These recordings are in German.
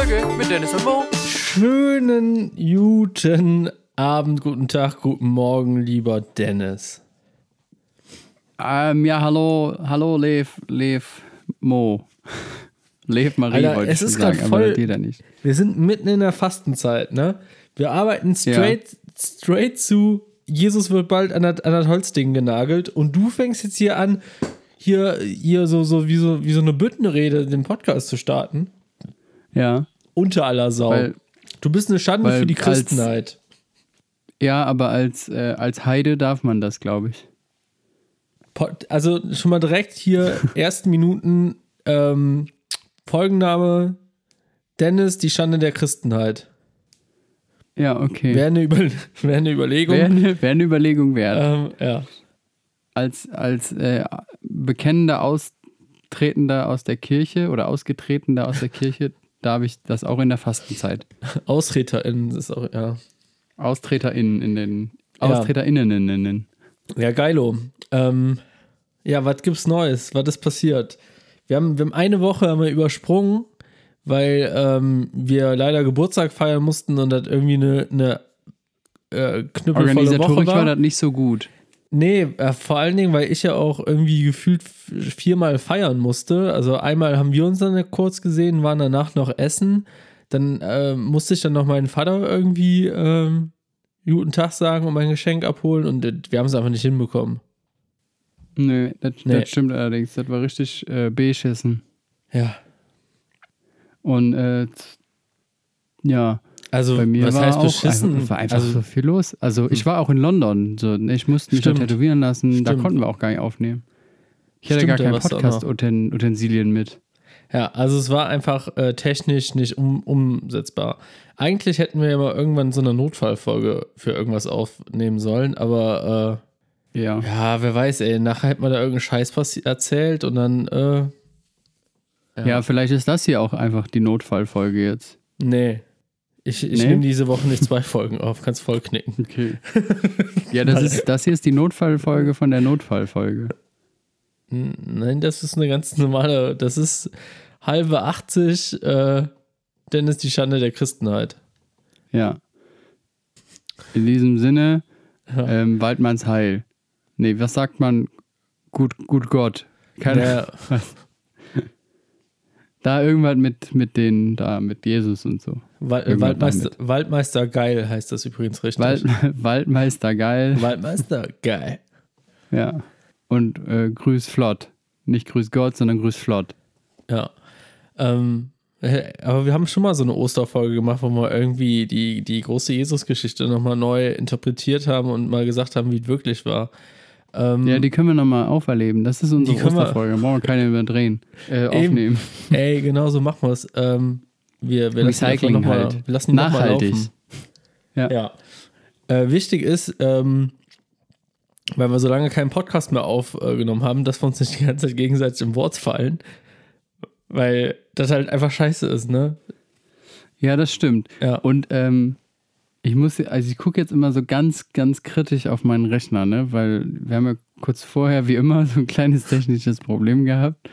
Folge mit Dennis und Mo. Schönen guten Abend, guten Tag, guten Morgen, lieber Dennis. Ja, hallo, Lev, Mo. Lev Marie Alter, wollte ich es ist sagen, grad aber voll- das geht ja nicht. Wir sind mitten in der Fastenzeit, ne? Wir arbeiten straight zu Jesus wird bald an das Holzding genagelt und du fängst jetzt hier an, hier so wie so eine Büttenrede den Podcast zu starten. Ja, Unter aller Sau. weil, Du bist eine Schande weil für die als- Christenheit. aber als Heide darf man das, glaube ich. Also schon mal direkt hier, ersten Minuten, Folgenname Dennis, die Schande der Christenheit. Ja, okay. Wäre eine Überlegung. Wäre eine Überlegung wert. Ja. Als bekennender Austretender aus der Kirche oder Ausgetretener aus der Kirche darf ich das auch in der Fastenzeit. AustreterInnen ist auch, ja. AustreterInnen. Ja, geilo. Ja, was gibt's Neues? Was ist passiert? Wir haben eine Woche übersprungen, weil wir leider Geburtstag feiern mussten und das irgendwie eine knüppelvolle Organisatorisch Woche war das nicht so gut. Nee, vor allen Dingen, weil ich ja auch irgendwie gefühlt 4-mal feiern musste. Also einmal haben wir uns dann kurz gesehen, waren danach noch essen. Dann musste ich dann noch meinen Vater irgendwie guten Tag sagen und mein Geschenk abholen und wir haben es einfach nicht hinbekommen. Nee, das stimmt allerdings. Das war richtig beschissen. Ja. Und ja, Also, bei mir was war heißt auch beschissen? war einfach Also, so viel los. Also ich war auch in London. So, ich musste mich da Stimmt. tätowieren lassen. Da Stimmt. konnten wir auch gar nicht aufnehmen. Ich hatte Stimmt, gar da keine warst du auch noch. Podcast-Utensilien mit. Ja, also es war einfach technisch nicht umsetzbar. Eigentlich hätten wir ja mal irgendwann so eine Notfallfolge für irgendwas aufnehmen sollen, aber Ja. ja, wer weiß, ey, nachher hätte man da irgendeinen Scheiß erzählt und dann Ja, vielleicht ist das hier auch einfach die Notfallfolge jetzt. nee. Ich Nee? nehme diese Woche nicht 2 Folgen auf, kannst voll knicken. Okay. Ja, das hier ist die Notfallfolge von der Notfallfolge. Nein, das ist eine ganz normale, das ist halbe 80, Dennis die Schande der Christenheit. Ja. In diesem Sinne, Ja. Waldmanns Heil. Nee, was sagt man? Gut Gott. Keine Ja, Da irgendwas mit Jesus und so. Waldmeister Geil heißt das übrigens richtig. Waldmeister geil. Waldmeister Geil. Ja. Und grüß flott. Nicht grüß Gott, sondern grüß flott. Ja. Aber wir haben schon mal so eine Osterfolge gemacht, wo wir irgendwie die große Jesus-Geschichte nochmal neu interpretiert haben und mal gesagt haben, wie es wirklich war. Ja, die können wir nochmal auferleben. Das ist unsere Die können wir- Osterfolge. Brauchen wir keine überdrehen. Aufnehmen. Ey, genau so machen wir es. Wir lassen Recycling noch mal, halt. wir lassen die noch mal Nachhaltig. laufen. Ja. Ja. Wichtig ist, weil wir so lange keinen Podcast mehr aufgenommen haben, dass wir uns nicht die ganze Zeit gegenseitig im Wort fallen. Weil das halt einfach scheiße ist, ne? Ja, das stimmt. Ja. Und ich gucke jetzt immer so ganz, ganz kritisch auf meinen Rechner, ne? Weil wir haben ja kurz vorher, wie immer, so ein kleines technisches Problem gehabt.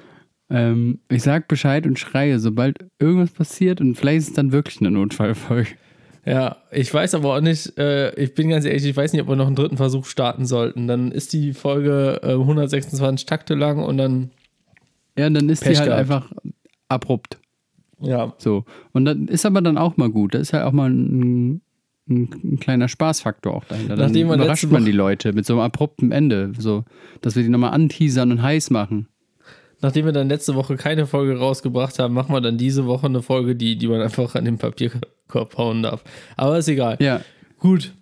Ich sag Bescheid und schreie, sobald irgendwas passiert und vielleicht ist es dann wirklich eine Notfallfolge. Ja, ich weiß aber auch nicht, ich bin ganz ehrlich, ich weiß nicht, ob wir noch einen dritten Versuch starten sollten. Dann ist die Folge 126 Takte lang und dann, Ja, dann ist Pech die halt gehabt. einfach abrupt. ja, So. Und das ist aber dann auch mal gut. Das ist halt auch mal ein kleiner Spaßfaktor auch dahinter. Dann Nachdem wir überrascht letzte man Woche- die Leute mit so einem abrupten Ende. So, dass wir die nochmal anteasern und heiß machen. nachdem wir dann letzte Woche keine Folge rausgebracht haben, machen wir dann diese Woche eine Folge, die man einfach an den Papierkorb hauen darf. Aber ist egal. Ja. Gut,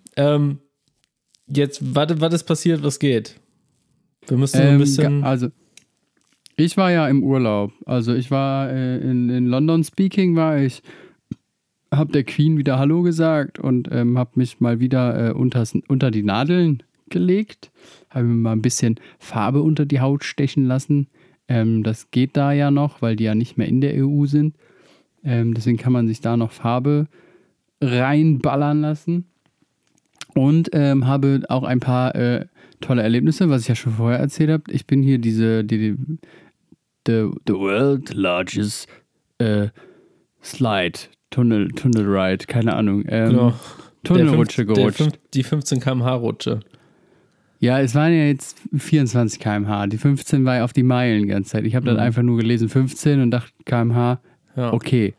jetzt, was ist passiert, was geht? Wir müssen so ein bisschen, Also, ich war ja im Urlaub. Also, ich war in London Speaking, hab der Queen wieder Hallo gesagt und hab mich mal wieder unter die Nadeln gelegt. Habe mir mal ein bisschen Farbe unter die Haut stechen lassen. Das geht da ja noch, weil die ja nicht mehr in der EU sind. Deswegen kann man sich da noch Farbe reinballern lassen. Und habe auch ein paar tolle Erlebnisse, was ich ja schon vorher erzählt habe. Ich bin hier the world largest Slide, Tunnel-Ride, keine Ahnung. Genau. Tunnelrutsche gerutscht. Die 15 km/h Rutsche. Ja, es waren ja jetzt 24 km/h. Die 15 war ja auf die Meilen die ganze Zeit. Ich habe dann einfach nur gelesen 15 und dachte km/h, okay.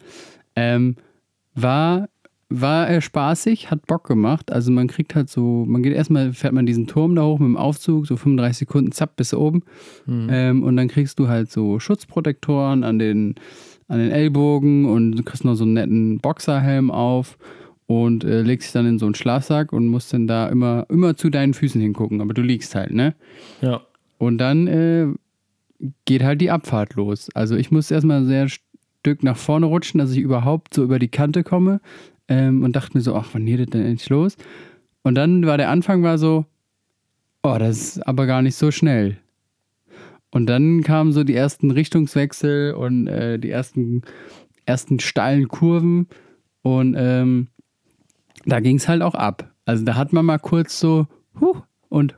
War spaßig, hat Bock gemacht. Also man kriegt halt so, fährt man diesen Turm da hoch mit dem Aufzug, so 35 Sekunden, zapp, bis oben. Und dann kriegst du halt so Schutzprotektoren an den Ellbogen und du kriegst noch so einen netten Boxerhelm auf. Und legst dich dann in so einen Schlafsack und musst dann da immer zu deinen Füßen hingucken. Aber du liegst halt, ne? Ja. Und dann geht halt die Abfahrt los. Also ich muss erstmal sehr Stück nach vorne rutschen, dass ich überhaupt so über die Kante komme. Und dachte mir so, ach, wann geht das denn endlich los? Und dann war der Anfang so, oh, das ist aber gar nicht so schnell. Und dann kamen so die ersten Richtungswechsel und die ersten steilen Kurven. Und da ging es halt auch ab. Also da hat man mal kurz so und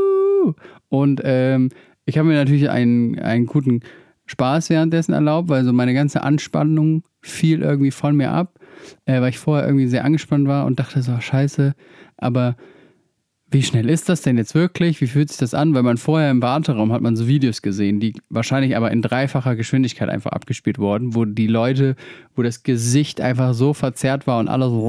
und ich habe mir natürlich einen guten Spaß währenddessen erlaubt, weil so meine ganze Anspannung fiel irgendwie von mir ab, weil ich vorher irgendwie sehr angespannt war und dachte so, scheiße, aber wie schnell ist das denn jetzt wirklich? Wie fühlt sich das an? Weil man vorher im Warteraum hat man so Videos gesehen, die wahrscheinlich aber in dreifacher Geschwindigkeit einfach abgespielt wurden, wo die Leute, wo das Gesicht einfach so verzerrt war und alle so,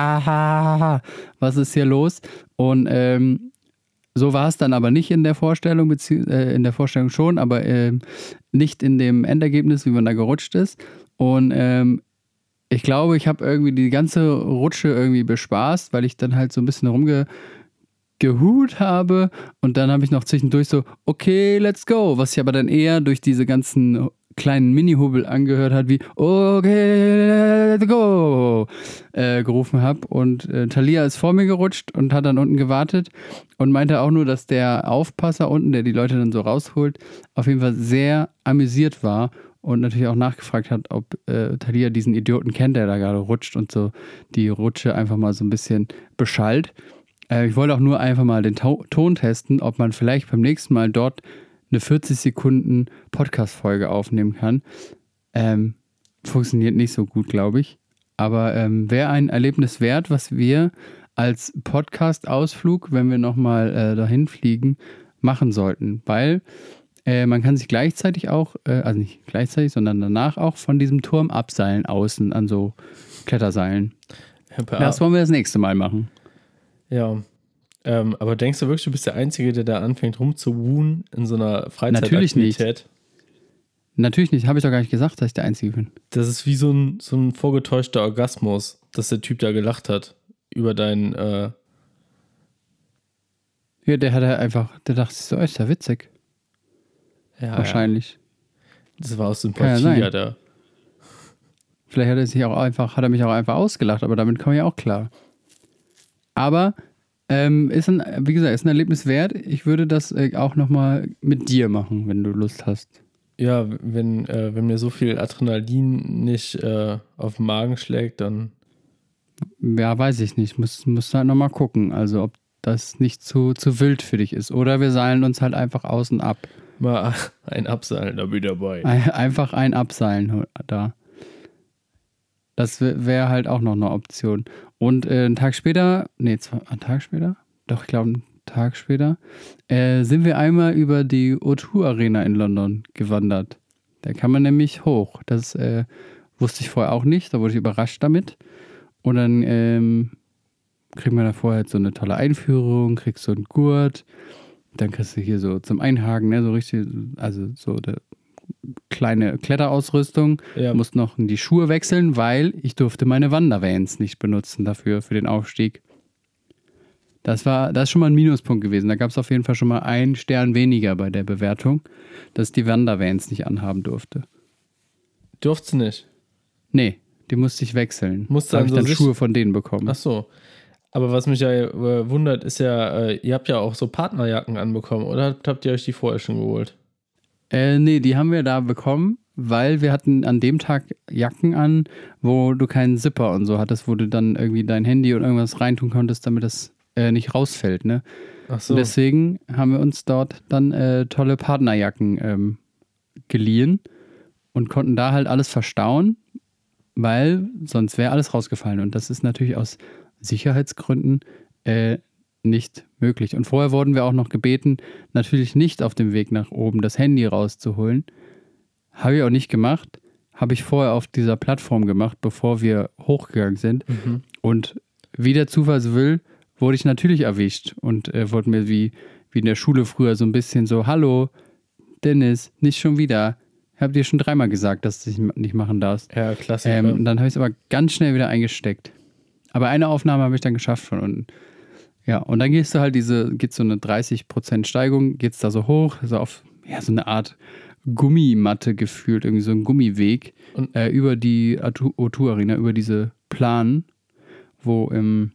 was ist hier los? Und so war es dann aber nicht in der Vorstellung, in der Vorstellung schon, aber nicht in dem Endergebnis, wie man da gerutscht ist. Und ich glaube, ich habe irgendwie die ganze Rutsche irgendwie bespaßt, weil ich dann halt so ein bisschen gehut habe und dann habe ich noch zwischendurch so, okay, let's go, was sich aber dann eher durch diese ganzen kleinen Mini-Hubel angehört hat, wie okay, let's go gerufen habe und Thalia ist vor mir gerutscht und hat dann unten gewartet und meinte auch nur, dass der Aufpasser unten, der die Leute dann so rausholt, auf jeden Fall sehr amüsiert war und natürlich auch nachgefragt hat, ob Thalia diesen Idioten kennt, der da gerade rutscht und so die Rutsche einfach mal so ein bisschen beschallt. Ich wollte auch nur einfach mal den Ton testen, ob man vielleicht beim nächsten Mal dort eine 40 Sekunden Podcast-Folge aufnehmen kann. Funktioniert nicht so gut, glaube ich. Aber wäre ein Erlebnis wert, was wir als Podcast-Ausflug, wenn wir nochmal dahin fliegen, machen sollten. Weil man kann sich gleichzeitig auch, also nicht gleichzeitig, sondern danach auch von diesem Turm abseilen, außen an so Kletterseilen. Das wollen wir das nächste Mal machen. Ja, aber denkst du wirklich, du bist der Einzige, der da anfängt rumzuwuhen in so einer Freizeitaktivität? Natürlich nicht, habe ich doch gar nicht gesagt, dass ich der Einzige bin. Das ist wie so ein vorgetäuschter Orgasmus, dass der Typ da gelacht hat über deinen... Ja, der dachte sich so, ist ja witzig. Ja, wahrscheinlich. Ja. Das war aus Sympathie, ja da. Vielleicht hat er mich auch einfach ausgelacht, aber damit komme ich auch klar. Aber wie gesagt, ist ein Erlebnis wert. Ich würde das auch nochmal mit dir machen, wenn du Lust hast. Ja, wenn mir so viel Adrenalin nicht auf den Magen schlägt, dann... Ja, weiß ich nicht. Muss halt nochmal gucken. Also ob das nicht zu wild für dich ist. Oder wir seilen uns halt einfach außen ab. Mal ein Abseilen da wieder dabei. Einfach ein Abseilen da. Das wäre halt auch noch eine Option. Und einen Tag später, einen Tag später? Doch, ich glaube, einen Tag später, sind wir einmal über die O2 Arena in London gewandert. Da kann man nämlich hoch. Das wusste ich vorher auch nicht, da wurde ich überrascht damit. Und dann kriegt man da vorher halt so eine tolle Einführung, kriegst so einen Gurt, dann kriegst du hier so zum Einhaken, ne, so richtig, also so der kleine Kletterausrüstung, musste noch die Schuhe wechseln, weil ich durfte meine Wandervans nicht benutzen dafür, für den Aufstieg. Das ist schon mal ein Minuspunkt gewesen. Da gab es auf jeden Fall schon mal einen Stern weniger bei der Bewertung, dass ich die Wandervans nicht anhaben durfte. Durfte sie nicht? Nee, die musste ich wechseln. Da habe ich dann Schuhe von denen bekommen. Ach so. Aber was mich ja wundert, ist ja, ihr habt ja auch so Partnerjacken anbekommen, oder habt ihr euch die vorher schon geholt? Nee, die haben wir da bekommen, weil wir hatten an dem Tag Jacken an, wo du keinen Zipper und so hattest, wo du dann irgendwie dein Handy und irgendwas reintun konntest, damit das nicht rausfällt, ne? Ach so. Und deswegen haben wir uns dort dann tolle Partnerjacken geliehen und konnten da halt alles verstauen. weil sonst wäre alles rausgefallen. Und das ist natürlich aus Sicherheitsgründen nicht möglich. Und vorher wurden wir auch noch gebeten, natürlich nicht auf dem Weg nach oben das Handy rauszuholen. Habe ich auch nicht gemacht. Habe ich vorher auf dieser Plattform gemacht, bevor wir hochgegangen sind. Und wie der Zufall so will, wurde ich natürlich erwischt und wurde mir wie in der Schule früher so ein bisschen so, hallo, Dennis, nicht schon wieder. Ich habe dir schon 3-mal gesagt, dass du es nicht machen darfst. Ja, Klassiker. Und dann habe ich es aber ganz schnell wieder eingesteckt. Aber eine Aufnahme habe ich dann geschafft von unten. Ja, und dann gehst du halt geht so eine 30% Steigung, geht's da so hoch, so auf so eine Art Gummimatte gefühlt, irgendwie so ein Gummiweg über die O2 Arena, über diese Plan, wo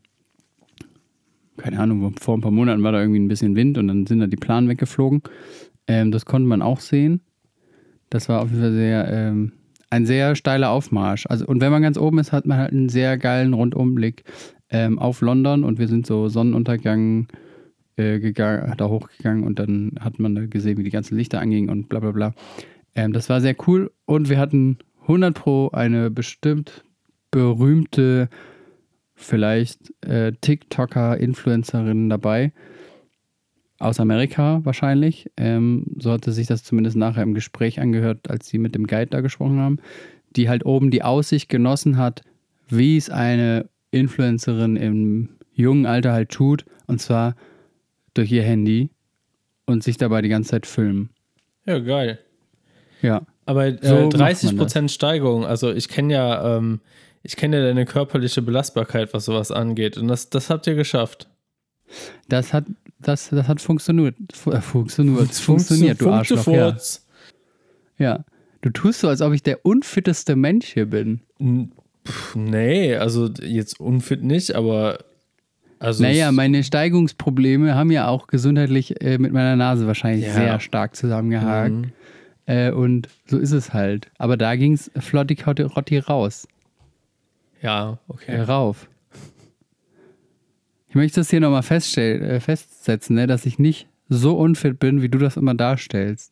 keine Ahnung, vor ein paar Monaten war da irgendwie ein bisschen Wind und dann sind da die Planen weggeflogen. Das konnte man auch sehen. Das war auf jeden Fall ein sehr steiler Aufmarsch. Also, und wenn man ganz oben ist, hat man halt einen sehr geilen Rundumblick auf London und wir sind so Sonnenuntergang da hochgegangen und dann hat man da gesehen, wie die ganzen Lichter angingen und bla bla bla. Das war sehr cool und wir hatten 100% eine bestimmt berühmte, vielleicht TikToker, Influencerin dabei. Aus Amerika wahrscheinlich. So hatte sich das zumindest nachher im Gespräch angehört, als sie mit dem Guide da gesprochen haben. Die halt oben die Aussicht genossen hat, wie es eine Influencerin im jungen Alter halt tut. Und zwar durch ihr Handy und sich dabei die ganze Zeit filmen. Ja, geil. Ja. Aber So 30% Steigerung, also ich kenne ja deine körperliche Belastbarkeit, was sowas angeht. Und das habt ihr geschafft. Das hat funktioniert. Funktioniert, du Arschloch. Ja. Du tust so, als ob ich der unfitteste Mensch hier bin. Nee, also jetzt unfit nicht, aber also naja, meine Steigungsprobleme haben ja auch gesundheitlich mit meiner Nase wahrscheinlich sehr stark zusammengehakt. Und so ist es halt. Aber da ging es Flotti raus. Ja, okay. Rauf. Ich möchte das hier nochmal festsetzen, ne, dass ich nicht so unfit bin, wie du das immer darstellst.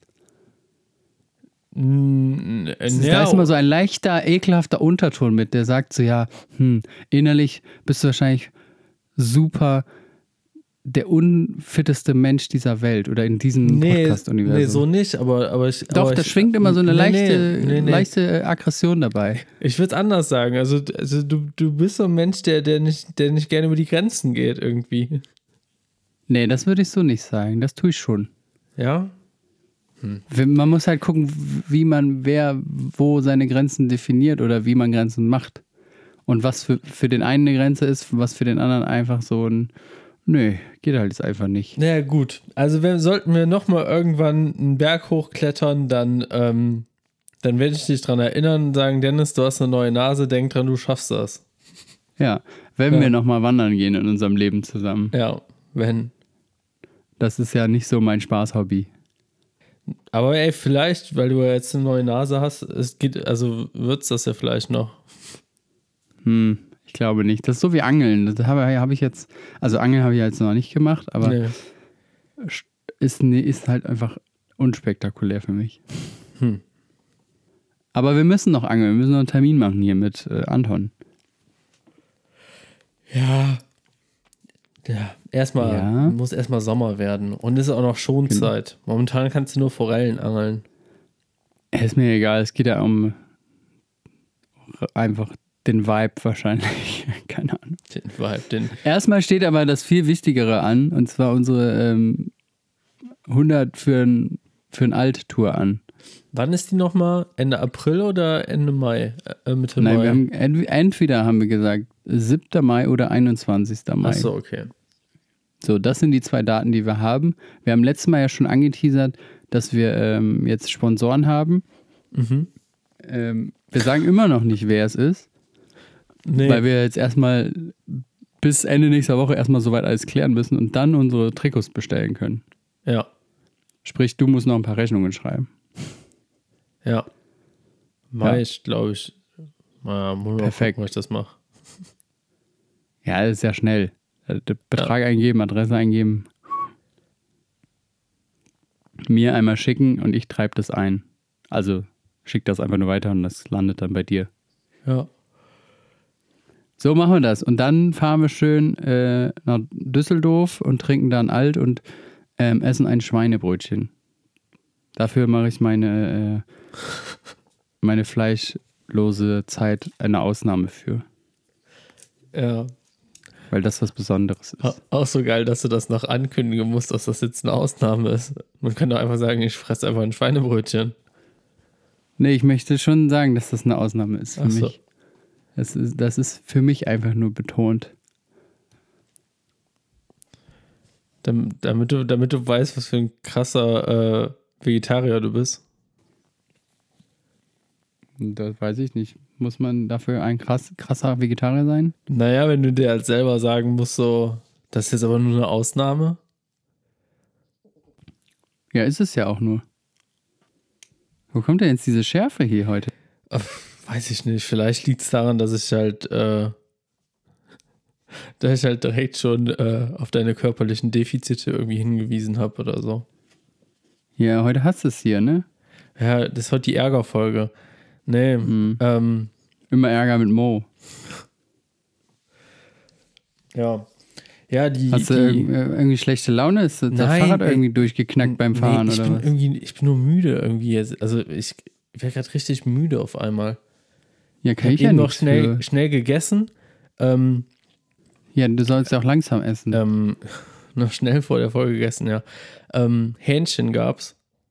Da ist immer so ein leichter, ekelhafter Unterton mit, der sagt so, ja, innerlich bist du wahrscheinlich super der unfitteste Mensch dieser Welt oder in diesem Podcast-Universum. Nee, so nicht, aber ich... Doch, da schwingt immer so eine leichte Aggression dabei. Ich würde es anders sagen. Also du bist so ein Mensch, der nicht gerne über die Grenzen geht irgendwie. Nee, das würde ich so nicht sagen. Das tue ich schon. Ja? Man muss halt gucken, wie man wo seine Grenzen definiert oder wie man Grenzen macht. Und was für den einen eine Grenze ist, was für den anderen einfach so ein nee, geht halt jetzt einfach nicht. Naja, gut. Also sollten wir nochmal irgendwann einen Berg hochklettern, dann werde ich dich dran erinnern und sagen, Dennis, du hast eine neue Nase, denk dran, du schaffst das. Ja, wenn wir nochmal wandern gehen in unserem Leben zusammen. Ja, wenn. Das ist ja nicht so mein Spaßhobby. Aber ey, vielleicht, weil du ja jetzt eine neue Nase hast, wird es das ja vielleicht noch. Ich glaube nicht. Das ist so wie Angeln. Das habe ich jetzt, also Angeln habe ich jetzt noch nicht gemacht, aber ist halt einfach unspektakulär für mich. Aber wir müssen noch angeln. Wir müssen noch einen Termin machen hier mit Anton. Ja. Muss erstmal Sommer werden. Und es ist auch noch Schonzeit. Genau. Momentan kannst du nur Forellen angeln. Ist mir egal. Es geht ja um einfach den Vibe wahrscheinlich. Keine Ahnung. Den Vibe. Erstmal steht aber das viel Wichtigere an. Und zwar unsere 100 für ein Alt-Tour an. Wann ist die nochmal? Ende April oder Ende Mai? Mitte Mai? Nein, wir haben entweder haben wir gesagt 7. Mai oder 21. Mai. Achso, okay. So, das sind die 2 Daten, die wir haben. Wir haben letztes Mal ja schon angeteasert, dass wir jetzt Sponsoren haben. Wir sagen immer noch nicht, wer es ist. Nee. Weil wir jetzt erstmal bis Ende nächster Woche erstmal soweit alles klären müssen und dann unsere Trikots bestellen können. Ja. Sprich, du musst noch ein paar Rechnungen schreiben. Ja. Ich, glaube ich. Perfekt, gucken, wie ich das mache. Ja, das ist ja schnell. Betrag eingeben, Adresse eingeben. Mir einmal schicken und ich treibe das ein. Also schick das einfach nur weiter und das landet dann bei dir. Ja. So machen wir das. Und dann fahren wir schön nach Düsseldorf und trinken dann Alt und essen ein Schweinebrötchen. Dafür mache ich meine fleischlose Zeit eine Ausnahme für. Ja. Weil das was Besonderes ist. Auch so geil, dass du das noch ankündigen musst, dass das jetzt eine Ausnahme ist. Man kann doch einfach sagen, ich fresse einfach ein Schweinebrötchen. Nee, ich möchte schon sagen, dass das eine Ausnahme ist für Ach so. mich. Das ist für mich einfach nur betont. Damit du weißt, was für ein krasser Vegetarier du bist. Das weiß ich nicht. Muss man dafür ein krasser Vegetarier sein? Naja, wenn du dir halt selber sagen musst, so, das ist jetzt aber nur eine Ausnahme. Ja, ist es ja auch nur. Wo kommt denn jetzt diese Schärfe hier heute? Weiß ich nicht. Vielleicht liegt es daran, dass ich halt direkt schon auf deine körperlichen Defizite irgendwie hingewiesen habe oder so. Ja, heute hast du es hier, ne? Ja, das ist heute die Ärgerfolge. Nee, Immer Ärger mit Mo. ja. Ja, Hast du irgendwie schlechte Laune? Ist das Fahrrad irgendwie durchgeknackt beim Fahren oder was? Ich bin nur müde irgendwie jetzt. Also ich werde gerade richtig müde auf einmal. Ja, kann ich habe ja eben noch nicht schnell gegessen. Ja, du sollst ja auch langsam essen. Noch schnell vor der Folge gegessen, ja. Hähnchen gab's.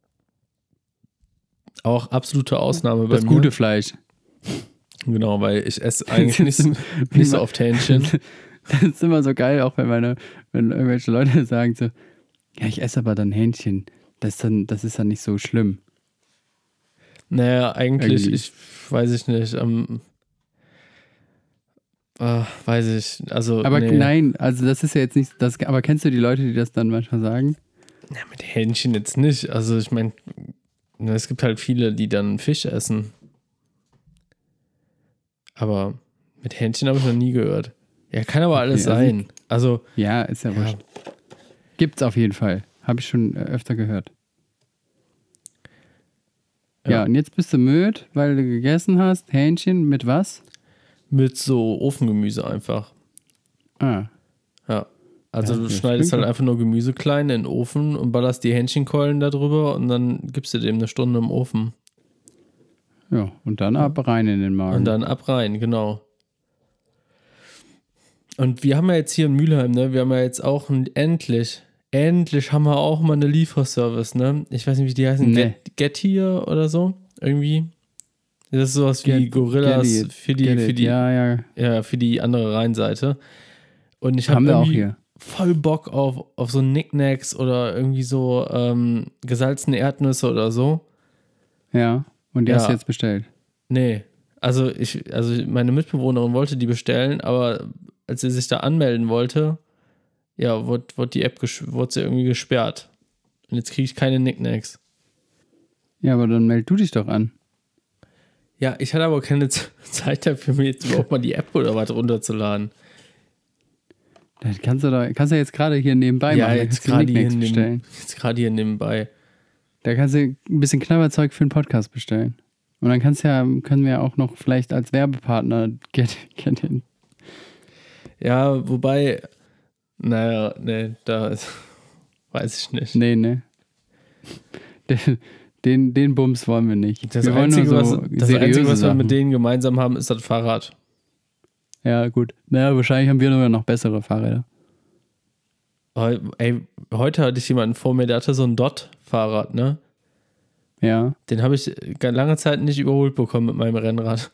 Auch absolute Ausnahme bei das mir. gute Fleisch. Genau, weil ich esse eigentlich nicht so oft Hähnchen. Das ist immer so geil, auch wenn irgendwelche Leute sagen so, ja, ich esse aber dann Hähnchen. Das ist dann nicht so schlimm. Naja, eigentlich, Irgendwie. weiß ich nicht. Weiß ich, also. Aber nee. nein, also das ist ja jetzt nicht, aber kennst du die Leute, die das dann manchmal sagen? Ja, mit Hähnchen jetzt nicht. Also ich meine, es gibt halt viele, die dann Fisch essen. Aber mit Hähnchen habe ich noch nie gehört. Ja, kann aber alles sein. Also. Ja, ist ja wurscht. Gibt's auf jeden Fall. Habe ich schon öfter gehört. Ja, und jetzt bist du müde, weil du gegessen hast. Hähnchen mit was? Mit so Ofengemüse einfach. Ah. Ja. Also Ja, du das schneidest klingt halt einfach nur Gemüse klein in den Ofen und ballerst die Hähnchenkeulen da drüber und dann gibst du dem eine Stunde im Ofen. Ja, und dann ab rein in den Magen. Und dann ab rein, genau. Und wir haben ja jetzt hier in Mülheim, ne? Wir haben ja jetzt auch endlich haben wir auch mal eine Lieferservice, ne? Ich weiß nicht, wie die heißen. Nee. Get Here oder so? Irgendwie. Das ist sowas wie Gorillas für die andere Rheinseite. Und ich habe wir auch irgendwie hier. voll Bock auf so Knickknacks oder irgendwie so gesalzene Erdnüsse oder so. Ja, und die Ja. hast du jetzt bestellt. Nee. Also meine Mitbewohnerin wollte die bestellen, aber als sie sich da anmelden wollte, ja, wurde die App wurde sie irgendwie gesperrt. Und jetzt kriege ich keine Knickknacks. Ja, aber dann meld du dich doch an. Ja, ich hatte aber keine Zeit dafür, mir jetzt überhaupt mal die App oder was runterzuladen. Das kannst du jetzt gerade hier nebenbei machen. Jetzt gerade hier nebenbei. Da kannst du ein bisschen Knabberzeug für einen Podcast bestellen. Und dann können wir auch noch vielleicht als Werbepartner kennen. Ja, wobei, naja, nee, weiß ich nicht. Nee. Den Bums wollen wir nicht. Das wir wollen Einzige, nur so was wir Sachen. mit denen gemeinsam haben, ist das Fahrrad. Ja, gut. Naja, wahrscheinlich haben wir sogar noch bessere Fahrräder. Ey, heute hatte ich jemanden vor mir, der hatte so ein Dot-Fahrrad, ne? Ja. Den habe ich lange Zeit nicht überholt bekommen mit meinem Rennrad.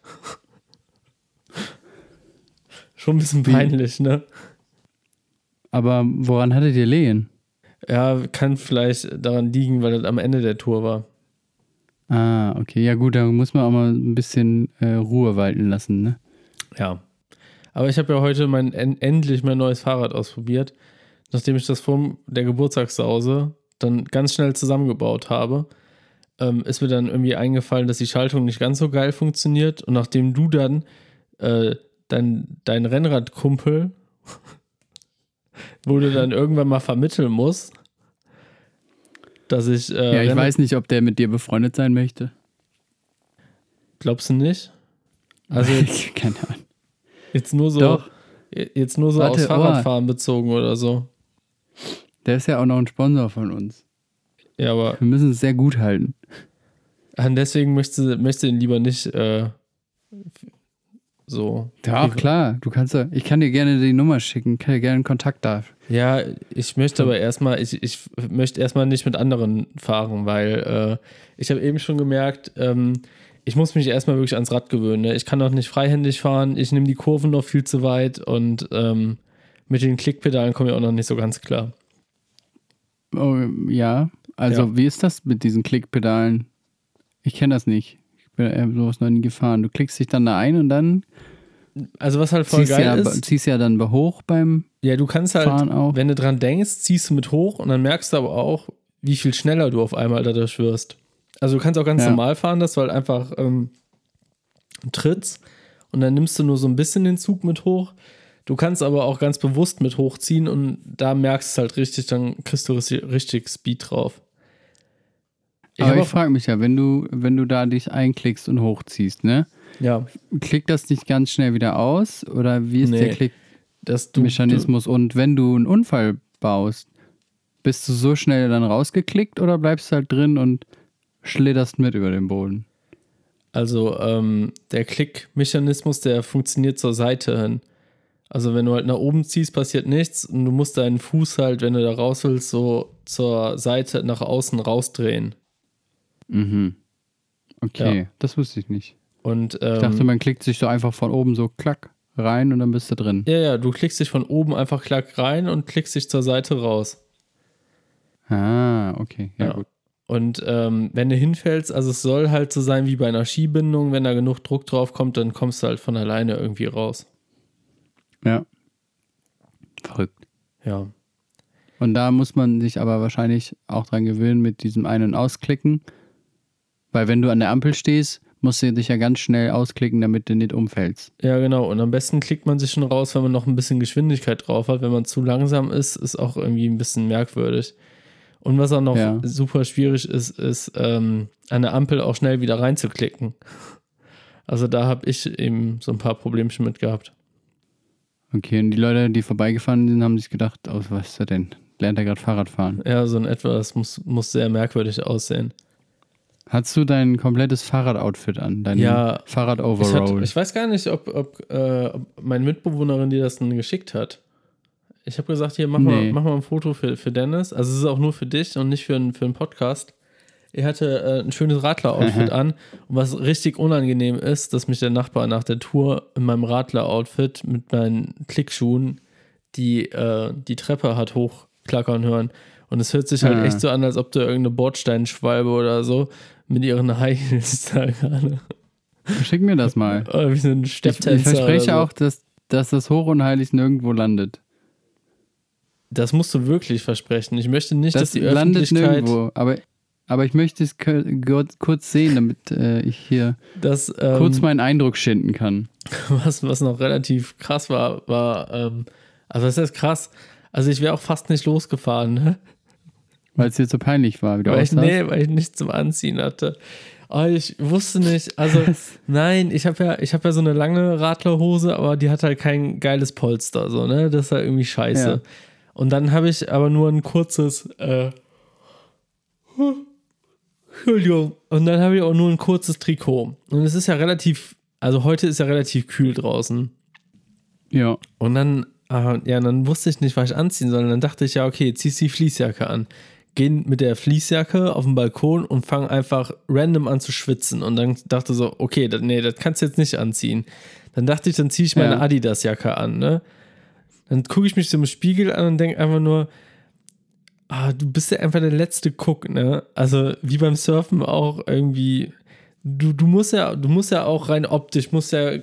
Schon ein bisschen peinlich, ne? Aber woran hattet ihr Lehen? Ja, kann vielleicht daran liegen, weil das am Ende der Tour war. Ah, okay. Ja gut, da muss man auch mal ein bisschen Ruhe walten lassen, ne? Ja. Aber ich habe ja heute endlich mein neues Fahrrad ausprobiert, nachdem ich das vor der Geburtstagssause dann ganz schnell zusammengebaut habe. Ist mir dann irgendwie eingefallen, dass die Schaltung nicht ganz so geil funktioniert. Und nachdem du dann dein Rennradkumpel, wo du dann irgendwann mal vermitteln musst, dass ich... ja, ich weiß nicht, ob der mit dir befreundet sein möchte. Glaubst du nicht? Also keine Ahnung. Jetzt nur so, Doch. jetzt nur so Warte, aus Fahrradfahren bezogen oder so. Der ist ja auch noch ein Sponsor von uns. Ja, aber Wir müssen es sehr gut halten. deswegen möchte ihn lieber nicht so. Ja, klar. Ich kann dir gerne die Nummer schicken, kann dir gerne einen Kontakt da. Ja, ich möchte aber erstmal, ich möchte erstmal nicht mit anderen fahren, weil ich habe eben schon gemerkt, ich muss mich erstmal wirklich ans Rad gewöhnen. Ne? Ich kann auch nicht freihändig fahren, ich nehme die Kurven noch viel zu weit und mit den Klickpedalen komme ich auch noch nicht so ganz klar. Oh, ja, also wie ist das mit diesen Klickpedalen? Ich kenne das nicht. Ich bin sowas noch nie gefahren. Du klickst dich dann da ein und dann Also was halt voll geil ist. Ziehst ja dann hoch beim Ja, du kannst halt, Fahren auch. wenn du dran denkst, ziehst du mit hoch und dann merkst du aber auch, wie viel schneller du auf einmal dadurch wirst. Also du kannst auch ganz normal fahren, dass du halt einfach trittst und dann nimmst du nur so ein bisschen den Zug mit hoch. Du kannst aber auch ganz bewusst mit hochziehen und da merkst du es halt richtig, dann kriegst du richtig Speed drauf. Ich frage mich ja, wenn du da dich einklickst und hochziehst, ne? Ja. Klickt das nicht ganz schnell wieder aus? Oder wie ist der Klickmechanismus? Und wenn du einen Unfall baust, bist du so schnell dann rausgeklickt oder bleibst du halt drin und schlitterst mit über den Boden? Also der Klickmechanismus, der funktioniert zur Seite hin. Also wenn du halt nach oben ziehst, passiert nichts und du musst deinen Fuß halt, wenn du da raus willst, so zur Seite nach außen rausdrehen. Mhm. Okay, das wusste ich nicht. Und, ich dachte, man klickt sich so einfach von oben so klack rein und dann bist du drin. Ja, du klickst dich von oben einfach klack rein und klickst dich zur Seite raus. Ah, okay. Ja, gut. Und wenn du hinfällst, also es soll halt so sein wie bei einer Skibindung, wenn da genug Druck drauf kommt, dann kommst du halt von alleine irgendwie raus. Ja. Verrückt. Ja. Und da muss man sich aber wahrscheinlich auch dran gewöhnen mit diesem Ein- und Ausklicken. Weil wenn du an der Ampel stehst, musst du dich ja ganz schnell ausklicken, damit du nicht umfällst. Ja, genau. Und am besten klickt man sich schon raus, wenn man noch ein bisschen Geschwindigkeit drauf hat. Wenn man zu langsam ist auch irgendwie ein bisschen merkwürdig. Und was auch noch super schwierig ist an der Ampel auch schnell wieder reinzuklicken. Also da habe ich eben so ein paar Problemchen mit gehabt. Okay, und die Leute, die vorbeigefahren sind, haben sich gedacht, oh, was ist das denn? Lernt er gerade Fahrrad fahren? Ja, so in etwa, das muss sehr merkwürdig aussehen. Hast du dein komplettes Fahrradoutfit an? Dein Fahrrad-Overall? Ich weiß gar nicht, ob meine Mitbewohnerin dir das dann geschickt hat. Ich habe gesagt, hier, mach mal ein Foto für Dennis. Also es ist auch nur für dich und nicht für einen Podcast. Er hatte ein schönes Radler-Outfit an. Und was richtig unangenehm ist, dass mich der Nachbar nach der Tour in meinem Radler-Outfit mit meinen Klickschuhen die Treppe hat hochklackern hören. Und es hört sich halt echt so an, als ob da irgendeine Bordsteinschwalbe oder so mit ihren High Heels da gerade. Schick mir das mal. Wie so ein Stepptänzer. Ich verspreche auch, dass das hoch und heilig nirgendwo landet. Das musst du wirklich versprechen. Ich möchte nicht, dass die Öffentlichkeit... Das landet nirgendwo, aber ich möchte es kurz sehen, damit ich hier kurz meinen Eindruck schinden kann. Was noch relativ krass war, also das ist krass, also ich wäre auch fast nicht losgefahren, ne? Weil es dir so peinlich war, wie du aussahst? Weil ich nichts zum Anziehen hatte. Aber ich wusste nicht, also nein, ich hab ja so eine lange Radlerhose, aber die hat halt kein geiles Polster, so, ne? Das ist halt irgendwie scheiße. Ja. Und dann habe ich aber nur ein kurzes, Entschuldigung. Und dann habe ich auch nur ein kurzes Trikot. Und es ist ja heute ist ja relativ kühl draußen. Ja. Und dann, dann wusste ich nicht, was ich anziehen soll. Und dann dachte ich, ja, okay, ziehst die Fließjacke an. Geh mit der Fließjacke auf den Balkon und fang einfach random an zu schwitzen. Und dann dachte so, okay, das kannst du jetzt nicht anziehen. Dann dachte ich, dann ziehe ich meine Adidas-Jacke an, ne? Dann gucke ich mich so im Spiegel an und denke einfach nur, du bist ja einfach der letzte Cook, ne? Also wie beim Surfen auch irgendwie, du musst ja auch rein optisch, musst ja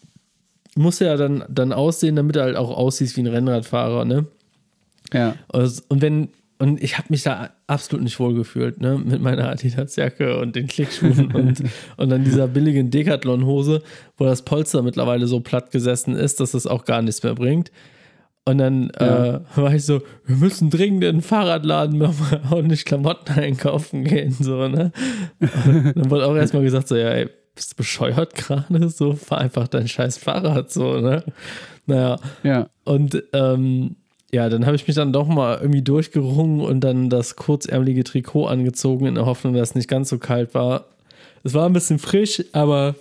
dann aussehen, damit du halt auch aussiehst wie ein Rennradfahrer, ne? Ja. Und ich habe mich da absolut nicht wohl gefühlt, ne? Mit meiner Adidas-Jacke und den Klickschuhen und dann dieser billigen Decathlon-Hose, wo das Polster mittlerweile so platt gesessen ist, dass es auch gar nichts mehr bringt. Und dann war ich so, wir müssen dringend in den Fahrradladen mal ordentlich Klamotten einkaufen gehen, so, ne? Und dann wurde auch erstmal gesagt, so, ja, ey, bist du bescheuert gerade? So, fahr einfach dein scheiß Fahrrad so, ne? Naja. Ja. Und dann habe ich mich dann doch mal irgendwie durchgerungen und dann das kurzärmelige Trikot angezogen, in der Hoffnung, dass es nicht ganz so kalt war. Es war ein bisschen frisch, aber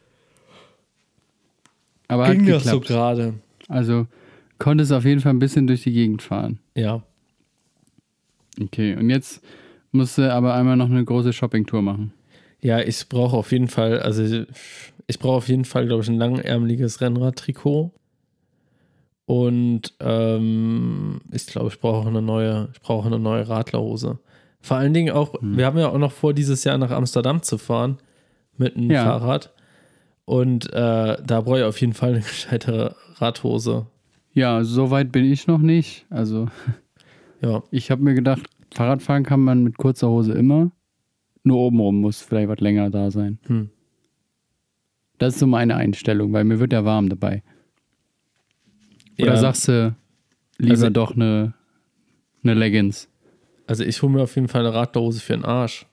ging das so gerade. Also konntest auf jeden Fall ein bisschen durch die Gegend fahren. Ja. Okay, und jetzt musst du aber einmal noch eine große Shoppingtour machen. Ja, ich brauche auf jeden Fall, glaube ich, ein langärmeliges Rennradtrikot. Und ich glaube, ich brauche eine neue Radlerhose. Vor allen Dingen auch, wir haben ja auch noch vor, dieses Jahr nach Amsterdam zu fahren mit einem Fahrrad. Und da brauche ich auf jeden Fall eine gescheite Radhose. Ja, so weit bin ich noch nicht. Also ja. Ich habe mir gedacht, Fahrradfahren kann man mit kurzer Hose immer. Nur obenrum muss vielleicht was länger da sein. Das ist so meine Einstellung, weil mir wird ja warm dabei. Oder sagst du lieber doch eine Leggings? Also ich hole mir auf jeden Fall eine Radlerhose für den Arsch.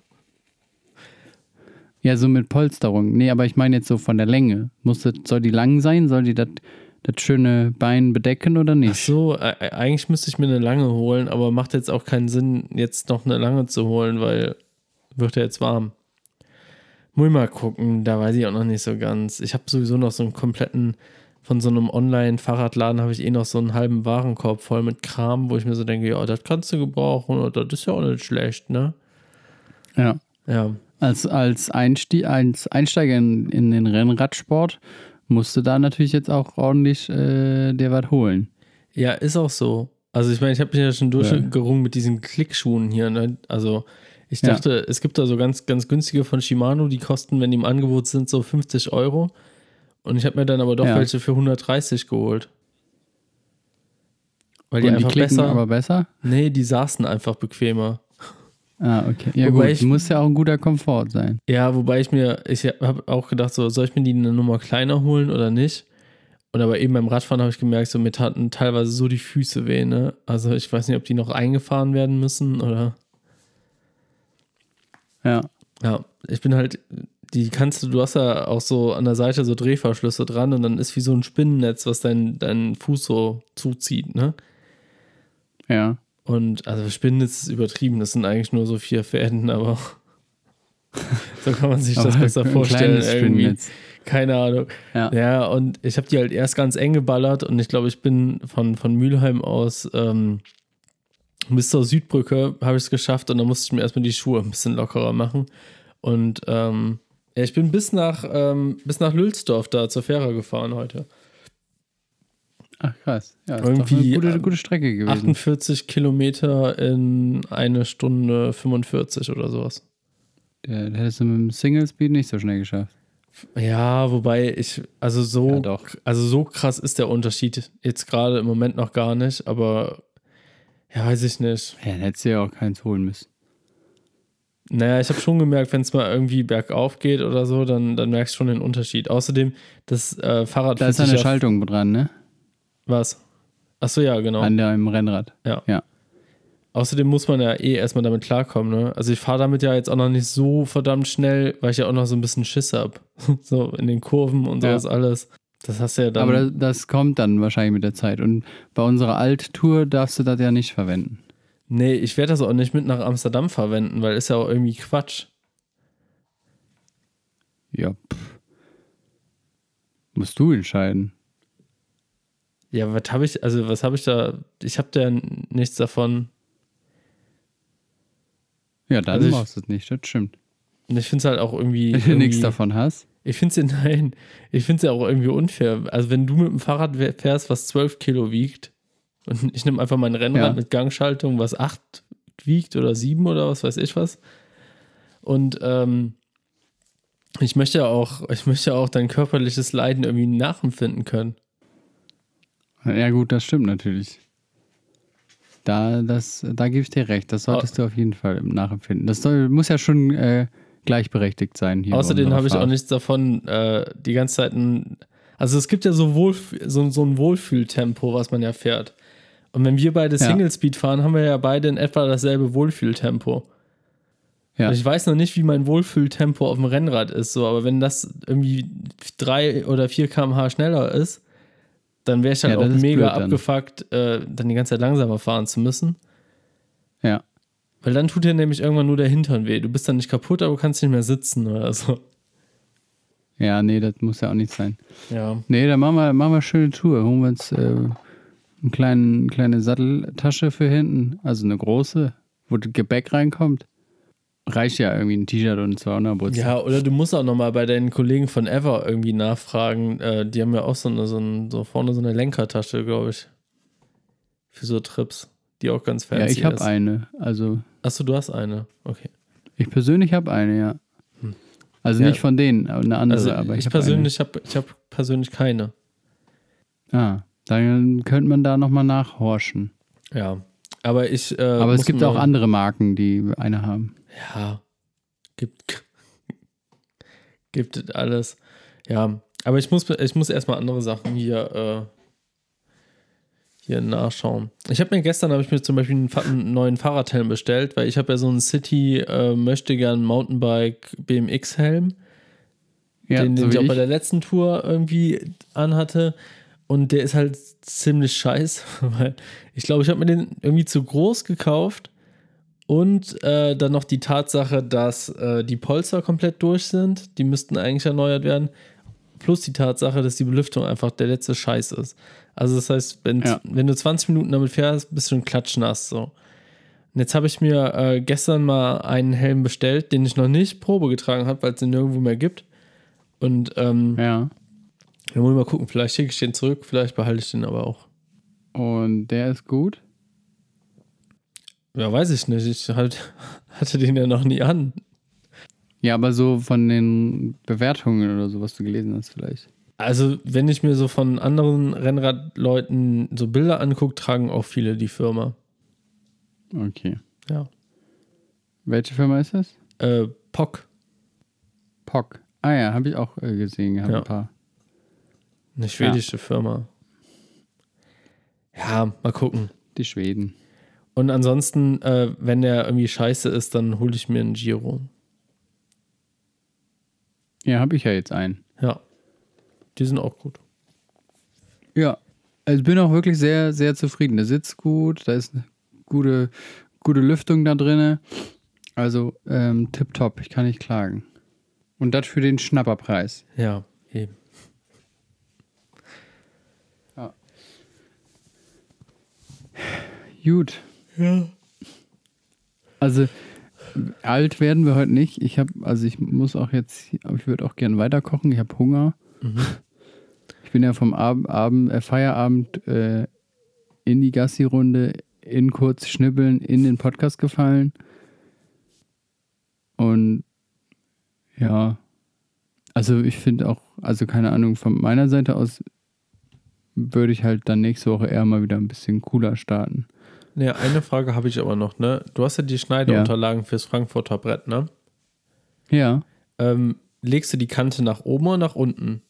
Ja, so mit Polsterung. Nee, aber ich meine jetzt so von der Länge. Soll die lang sein? Soll die das schöne Bein bedecken oder nicht? Ach so, eigentlich müsste ich mir eine lange holen, aber macht jetzt auch keinen Sinn, jetzt noch eine lange zu holen, weil wird ja jetzt warm. Muss ich mal gucken, da weiß ich auch noch nicht so ganz. Ich habe sowieso noch so einen kompletten, von so einem Online-Fahrradladen habe ich noch so einen halben Warenkorb voll mit Kram, wo ich mir so denke, ja, das kannst du gebrauchen oder das ist ja auch nicht schlecht, ne? Ja. Ja. Als Einsteiger in den Rennradsport musst du da natürlich jetzt auch ordentlich dir was holen. Ja, ist auch so. Also ich meine, ich habe mich ja schon durchgerungen mit diesen Klickschuhen hier, ne? Also ich dachte, es gibt da so ganz, ganz günstige von Shimano, die kosten, wenn die im Angebot sind, so 50 €. Und ich habe mir dann aber doch welche für 130 geholt. Weil die einfach klicken aber besser? Nee, die saßen einfach bequemer. Ah, okay. Ja wobei gut, muss ja auch ein guter Komfort sein. Ja, wobei ich habe auch gedacht, so, soll ich mir die eine Nummer kleiner holen oder nicht? Und aber eben beim Radfahren habe ich gemerkt, so mir taten teilweise so die Füße weh, ne? Also ich weiß nicht, ob die noch eingefahren werden müssen oder... Ja. Ja, ich bin halt, du hast ja auch so an der Seite so Drehverschlüsse dran und dann ist wie so ein Spinnennetz, was deinen Fuß so zuzieht, ne? Ja. Und also Spinnennetz ist übertrieben, das sind eigentlich nur so 4 Fäden, aber so kann man sich das besser vorstellen. Irgendwie. Keine Ahnung. Ja, und ich habe die halt erst ganz eng geballert und ich glaube, ich bin von Mülheim aus bis zur Südbrücke habe ich es geschafft und dann musste ich mir erstmal die Schuhe ein bisschen lockerer machen. Und ich bin bis nach Lülsdorf da zur Fähre gefahren heute. Ach krass. Ja, ist irgendwie doch eine gute Strecke gewesen. 48 Kilometer in 1 Stunde 45 oder sowas. Der hättest du mit dem Single Speed nicht so schnell geschafft. Ja, wobei so krass ist der Unterschied jetzt gerade im Moment noch gar nicht, aber ja, weiß ich nicht. Ja, dann hättest du ja auch keins holen müssen. Naja, ich habe schon gemerkt, wenn es mal irgendwie bergauf geht oder so, dann merkst du schon den Unterschied. Außerdem, das Fahrrad... Da ist eine Schaltung dran, ne? Was? Achso, ja, genau. An deinem Rennrad. Ja. Außerdem muss man ja erstmal damit klarkommen, ne? Also ich fahre damit ja jetzt auch noch nicht so verdammt schnell, weil ich ja auch noch so ein bisschen Schiss habe. So in den Kurven und sowas alles. Das hast du ja dann... Aber das kommt dann wahrscheinlich mit der Zeit. Und bei unserer Alt-Tour darfst du das ja nicht verwenden. Nee, ich werde das auch nicht mit nach Amsterdam verwenden, weil ist ja auch irgendwie Quatsch. Ja, musst du entscheiden. Ja, was habe ich da? Ich habe da nichts davon. Ja, dann machst du es nicht, das stimmt. Und ich finde es halt auch irgendwie... Wenn du nichts davon hast? Ich finde es ja auch irgendwie unfair. Also wenn du mit dem Fahrrad fährst, was 12 Kilo wiegt und ich nehme einfach mein Rennrad mit Gangschaltung, was 8 wiegt oder 7 oder was weiß ich was. Und ich möchte ja auch dein körperliches Leiden irgendwie nachempfinden können. Ja gut, das stimmt natürlich. Da gebe ich dir recht. Das solltest du auf jeden Fall nachempfinden. Das muss ja schon gleichberechtigt sein hier. Außerdem habe ich auch nichts davon, die ganze Zeit also es gibt ja so ein Wohlfühltempo, was man ja fährt. Und wenn wir beide Single Speed fahren, haben wir ja beide in etwa dasselbe Wohlfühltempo. Ja. Ich weiß noch nicht, wie mein Wohlfühltempo auf dem Rennrad ist, so, aber wenn das irgendwie 3 oder 4 km/h schneller ist, dann wäre ich halt Ja, auch das ist mega blöd dann. abgefuckt, dann die ganze Zeit langsamer fahren zu müssen. Ja. Weil dann tut dir nämlich irgendwann nur der Hintern weh. Du bist dann nicht kaputt, aber du kannst nicht mehr sitzen oder so. Ja, nee, das muss ja auch nicht sein. Ja. Nee, dann machen wir eine schöne Tour. Holen wir uns eine kleine Satteltasche für hinten, also eine große, wo das Gebäck reinkommt. Reicht ja irgendwie ein T-Shirt und 200 Brüste. Ja, oder du musst auch nochmal bei deinen Kollegen von Ever irgendwie nachfragen. Die haben ja auch so vorne so eine Lenkertasche, glaube ich. Für so Trips, die auch ganz fancy Ja, ich habe ist. eine. Also Achso, du hast eine. Okay. ich persönlich habe eine, ja. Also Ja. nicht von denen, eine andere, Also aber ich hab persönlich habe persönlich keine. eine. Dann könnte man da nochmal nachhorchen. Ja. Aber ich. Aber es muss gibt mal- auch andere Marken, die eine haben. Ja. Gibt es alles. Ja. Aber ich muss erstmal andere Sachen hier nachschauen. Gestern habe ich mir zum Beispiel einen neuen Fahrradhelm bestellt, weil ich habe ja so einen City möchte gern Mountainbike BMX Helm, Ja, den so ich wie auch bei ich. der letzten Tour irgendwie anhatte. Und der ist halt ziemlich scheiße, weil ich glaube, ich habe mir den irgendwie zu groß gekauft. Und dann noch die Tatsache, dass die Polster komplett durch sind. Die müssten eigentlich erneuert werden. Plus die Tatsache, dass die Belüftung einfach der letzte Scheiß ist. Also das heißt, wenn du 20 Minuten damit fährst, bist du ein klatschnass. So. Und jetzt habe ich mir gestern mal einen Helm bestellt, den ich noch nicht Probe getragen habe, weil es den nirgendwo mehr gibt. Und Ja. wir wollen mal gucken, vielleicht schicke ich den zurück, vielleicht behalte ich den aber auch. Und der ist gut. Ja, weiß ich nicht. Ich hatte den ja noch nie an. Ja, aber so von den Bewertungen oder so, was du gelesen hast vielleicht. Also, wenn ich mir so von anderen Rennradleuten so Bilder angucke, tragen auch viele die Firma. Okay. Ja. Welche Firma ist das? POC. POC. Ah ja, habe ich auch gesehen gehabt, Ja. ein paar. Eine schwedische Firma. Ja, mal gucken. Die Schweden. Und ansonsten, wenn der irgendwie scheiße ist, dann hole ich mir einen Giro. Ja, habe ich ja jetzt einen. Ja. Die sind auch gut. Ja, also bin auch wirklich sehr, sehr zufrieden. Der sitzt gut, da ist eine gute Lüftung da drin. Also tipptopp, ich kann nicht klagen. Und das für den Schnapperpreis. Ja, eben. Gut. Ja. Also alt werden wir heute nicht. Ich muss auch jetzt, ich würde auch gerne weiterkochen. Ich habe Hunger. Mhm. Ich bin ja vom Feierabend in die Gassi-Runde, in kurz schnibbeln, in den Podcast gefallen. Und ja, also ich finde auch, also keine Ahnung, von meiner Seite aus würde ich halt dann nächste Woche eher mal wieder ein bisschen cooler starten. Ja, eine Frage habe ich aber noch, ne? Du hast ja die Schneideunterlagen fürs Frankfurter Brett, ne? Ja. Legst du die Kante nach oben oder nach unten?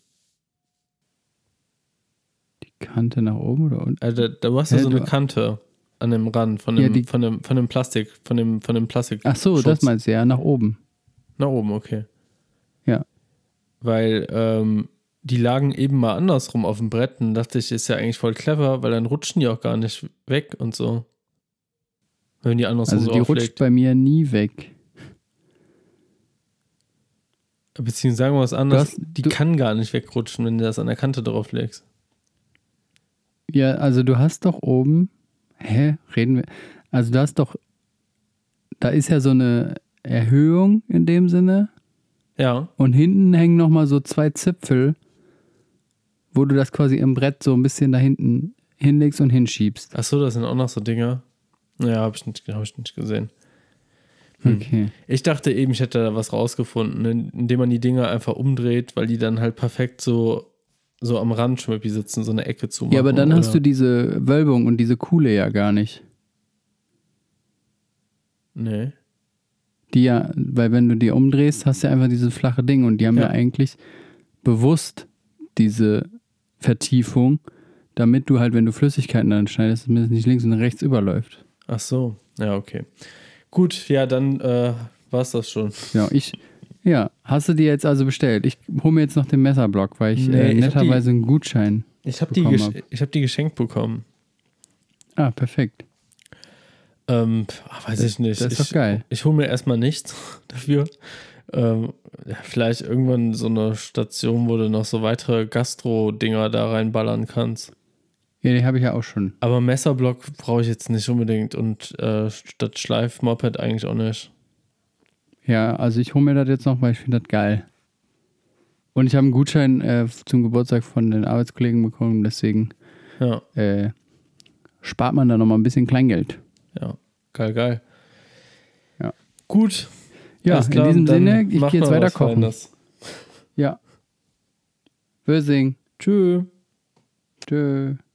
Die Kante nach oben oder unten? Also du hast ja so eine Kante an dem Rand von dem, von dem Plastik, von dem Plastik. Ach so, das meinst du ja, nach oben. Nach oben, okay. Ja. Weil die lagen eben mal andersrum auf dem Brett und dachte ich, ist ja eigentlich voll clever, weil dann rutschen die auch gar nicht weg und so. Wenn die andersrum Also so die auflegt. rutscht bei mir nie weg. Beziehungsweise sagen wir was anderes, die kann gar nicht wegrutschen, wenn du das an der Kante drauf legst. Ja, also du hast doch oben, also du hast doch, da ist ja so eine Erhöhung in dem Sinne. Ja. Und hinten hängen nochmal so 2 Zipfel, wo du das quasi im Brett so ein bisschen da hinten hinlegst und hinschiebst. Achso, das sind auch noch so Dinger. Ja, habe ich nicht gesehen. Okay. Ich dachte eben, ich hätte da was rausgefunden, indem man die Dinger einfach umdreht, weil die dann halt perfekt so am Rand schon irgendwie sitzen, so eine Ecke zumachen. Ja, aber dann hast du diese Wölbung und diese Kuhle ja gar nicht. Nee. Die ja, weil wenn du die umdrehst, hast du ja einfach dieses flache Ding und die haben ja eigentlich bewusst diese Vertiefung, damit du halt, wenn du Flüssigkeiten dann schneidest, dass es nicht links und rechts überläuft. Ach so, ja, okay. Gut, ja, dann war's das schon. Hast du die jetzt also bestellt? Ich hole mir jetzt noch den Messerblock, weil ich Nee, netterweise einen Gutschein Ich habe bekommen die geschenkt bekommen. Ah, perfekt. Weiß ich nicht. Das ist doch geil. Ich hole mir erstmal nichts dafür. Vielleicht irgendwann so eine Station, wo du noch so weitere Gastro-Dinger da reinballern kannst. Ja, die habe ich ja auch schon. Aber Messerblock brauche ich jetzt nicht unbedingt und statt Schleifmoped eigentlich auch nicht. Ja, also ich hole mir das jetzt noch, weil ich finde das geil. Und ich habe einen Gutschein zum Geburtstag von den Arbeitskollegen bekommen, deswegen spart man da nochmal ein bisschen Kleingeld. Ja, geil. Ja. Gut. Ja, klar, in diesem Sinne, ich gehe jetzt weiter kochen. Feines. Ja. Bösing. Tschö. Tschö.